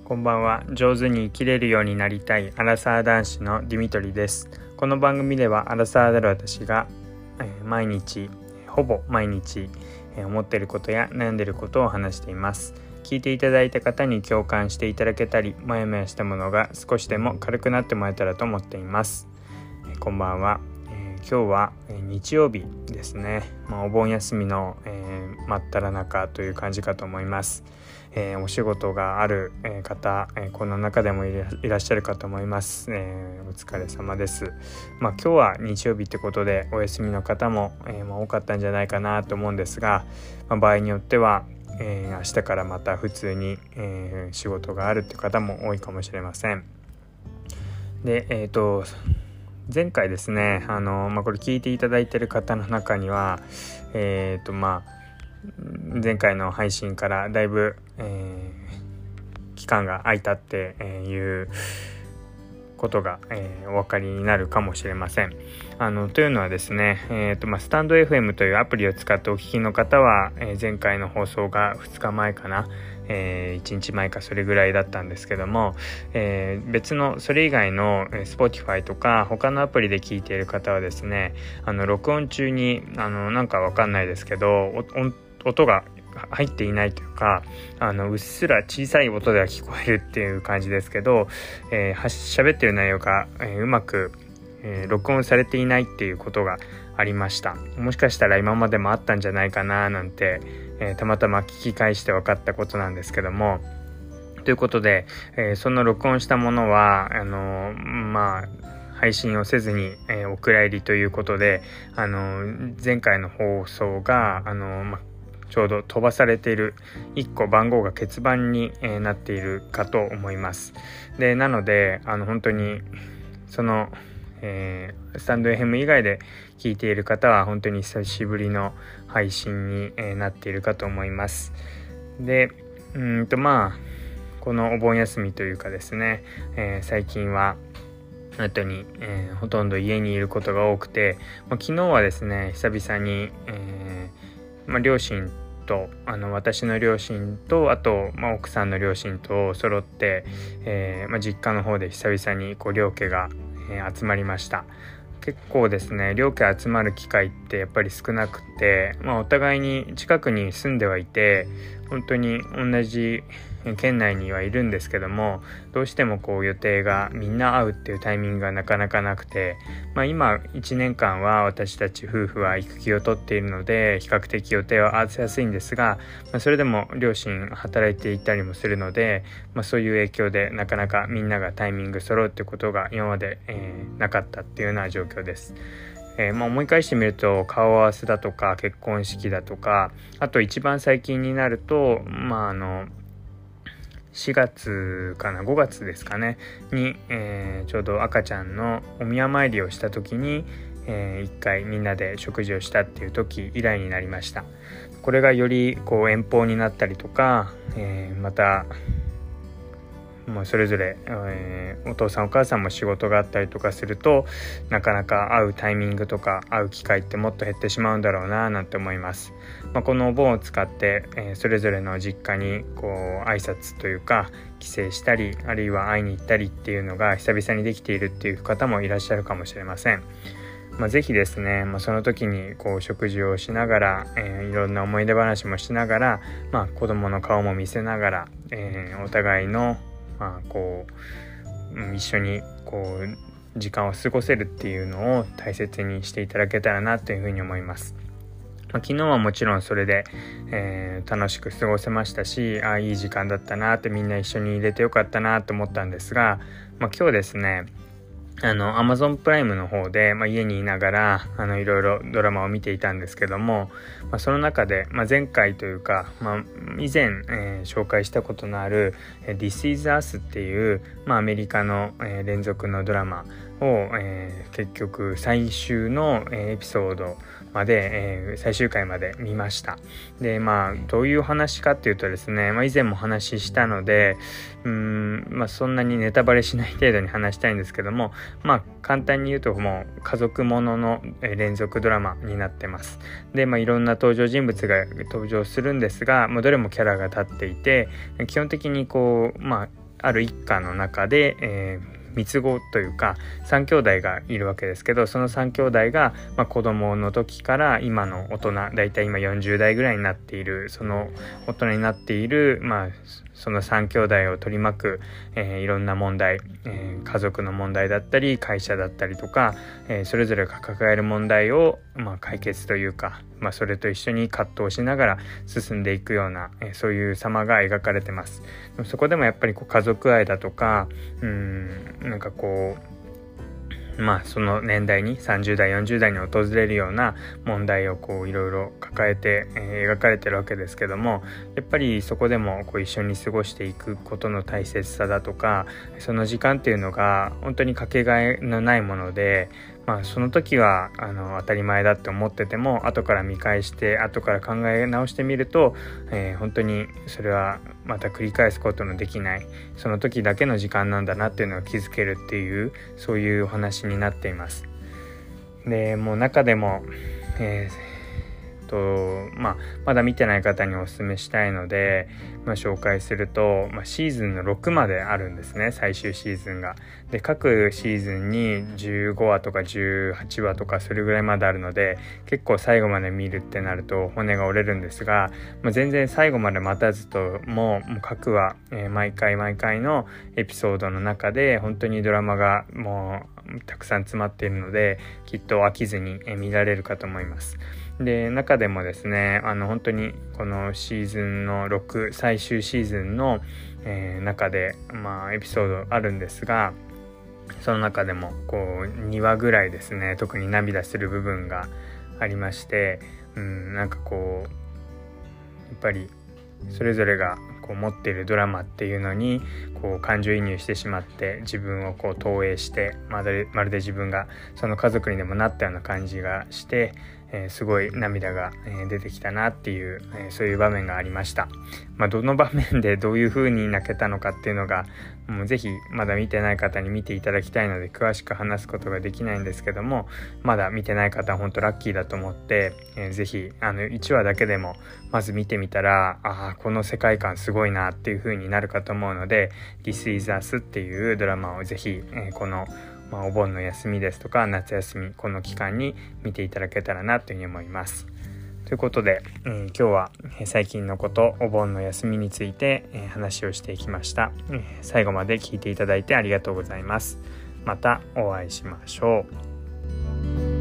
こんばんは。上手に生きれるようになりたいアラサー男子のディミトリです。この番組ではアラサーである私がほぼ毎日思っていることや悩んでいることを話しています。聞いていただいた方に共感していただけたり、もやもやしたものが少しでも軽くなってもらえたらと思っています。こんばんは。今日は日曜日ですね。お盆休みの真っ只中という感じかと思います。お仕事がある方、この中でもいらっしゃるかと思います。お疲れ様です。今日は日曜日ってことでお休みの方も多かったんじゃないかなと思うんですが、場合によっては明日からまた普通に仕事があるっていう方も多いかもしれません。で、前回ですね、これ聞いていただいている方の中には前回の配信からだいぶ、期間が空いたっていうことが、お分かりになるかもしれません。というのはですね、スタンド FM というアプリを使ってお聞きの方は、前回の放送が2日前かな、1日前かそれぐらいだったんですけども、別のそれ以外の Spotify とか他のアプリで聞いている方はですね、録音中になんかわかんないですけど音が入っていないというか、うっすら小さい音では聞こえるっていう感じですけど、喋ってる内容が、うまく、録音されていないっていうことがありました。もしかしたら今までもあったんじゃないかななんて、たまたま聞き返して分かったことなんですけども、ということで、その録音したものは配信をせずに、お蔵入りということで、前回の放送がちょうど飛ばされている1個番号が欠番になっているかと思います。でなので本当にその、スタンド FM 以外で聞いている方は本当に久しぶりの配信に、なっているかと思います。でこのお盆休みというかですね、最近は後に、ほとんど家にいることが多くて、昨日はですね久々に、両親と私の両親とあと、奥さんの両親と揃って、実家の方で久々に両家が、集まりました。結構ですね両家集まる機会ってやっぱり少なくて、お互いに近くに住んではいて本当に同じ県内にはいるんですけども、どうしても予定がみんな会うっていうタイミングがなかなかなくて、今1年間は私たち夫婦は育休を取っているので比較的予定を合わせやすいんですが、それでも両親働いていたりもするので、そういう影響でなかなかみんながタイミング揃うってことが今まで、なかったっていうような状況です。思い返してみると顔合わせだとか結婚式だとか、あと一番最近になると4月かな5月ですかねに、ちょうど赤ちゃんのお宮参りをした時に、一回みんなで食事をしたっていう時以来になりました。これがより遠方になったりとか、またそれぞれ、お父さんお母さんも仕事があったりとかするとなかなか会うタイミングとか会う機会ってもっと減ってしまうんだろうななんて思います。このお盆を使って、それぞれの実家に挨拶というか帰省したりあるいは会いに行ったりっていうのが久々にできているっていう方もいらっしゃるかもしれません。ぜひですね、その時に食事をしながら、いろんな思い出話もしながら、子供の顔も見せながら、お互いの一緒に時間を過ごせるっていうのを大切にしていただけたらなというふうに思います。昨日はもちろんそれで、楽しく過ごせましたし、いい時間だったなってみんな一緒に入れてよかったなと思ったんですが、今日ですねAmazon プライムの方で、家にいながらいろいろドラマを見ていたんですけども、その中で、前回というか、以前、紹介したことのある This is Us っていう、アメリカの、連続のドラマを、結局最終の、エピソードまで、最終回まで見ました。でどういう話かっていうとですね、以前も話したのでそんなにネタバレしない程度に話したいんですけども、簡単に言うともう家族ものの連続ドラマになってます。でいろんな登場人物が登場するんですが、どれもキャラが立っていて、基本的にある一家の中で、三つ子というか3兄弟がいるわけですけど、その3兄弟が、子供の時から今の大人、だいたい今40代ぐらいになっている、その大人になっている、その3兄弟を取り巻く、いろんな問題、家族の問題だったり会社だったりとか、それぞれが抱える問題を、解決というか、それと一緒に葛藤しながら進んでいくような、そういう様が描かれてます。そこでもやっぱり家族愛だとか、なんかその年代に30代40代に訪れるような問題をいろいろ抱えて、描かれてるわけですけども、やっぱりそこでも一緒に過ごしていくことの大切さだとか、その時間っていうのが本当にかけがえのないもので、その時は当たり前だって思ってても、後から見返して後から考え直してみると、本当にそれはまた繰り返すことのできない、その時だけの時間なんだなっていうのを気づけるっていう、そういうお話になっています。でもう中でも、まだ見てない方にお勧めしたいので、紹介すると、シーズンの6まであるんですね、最終シーズンが。で各シーズンに15話とか18話とかそれぐらいまであるので、結構最後まで見るってなると骨が折れるんですが、全然最後まで待たずともう各話、毎回のエピソードの中で本当にドラマがもうたくさん詰まっているので、きっと飽きずに見られるかと思います。で中でもですね、本当にこのシーズンの6最終シーズンの、中でエピソードあるんですが、その中でも2話ぐらいですね、特に涙する部分がありまして、やっぱりそれぞれが持っているドラマっていうのに感情移入してしまって、自分を投影して、まるで自分がその家族にでもなったような感じがして、すごい涙が出てきたなっていう、そういう場面がありました。どの場面でどういう風に泣けたのかっていうのが、もうぜひまだ見てない方に見ていただきたいので詳しく話すことができないんですけども、まだ見てない方は本当ラッキーだと思って、ぜひ1話だけでもまず見てみたら、この世界観すごいなっていう風になるかと思うので、 This is Us っていうドラマをぜひ、このお盆の休みですとか夏休み、この期間に見ていただけたらなというふうに思います。ということで、今日は最近のこと、お盆の休みについて、話をしていきました。最後まで聞いていただいてありがとうございます。またお会いしましょう。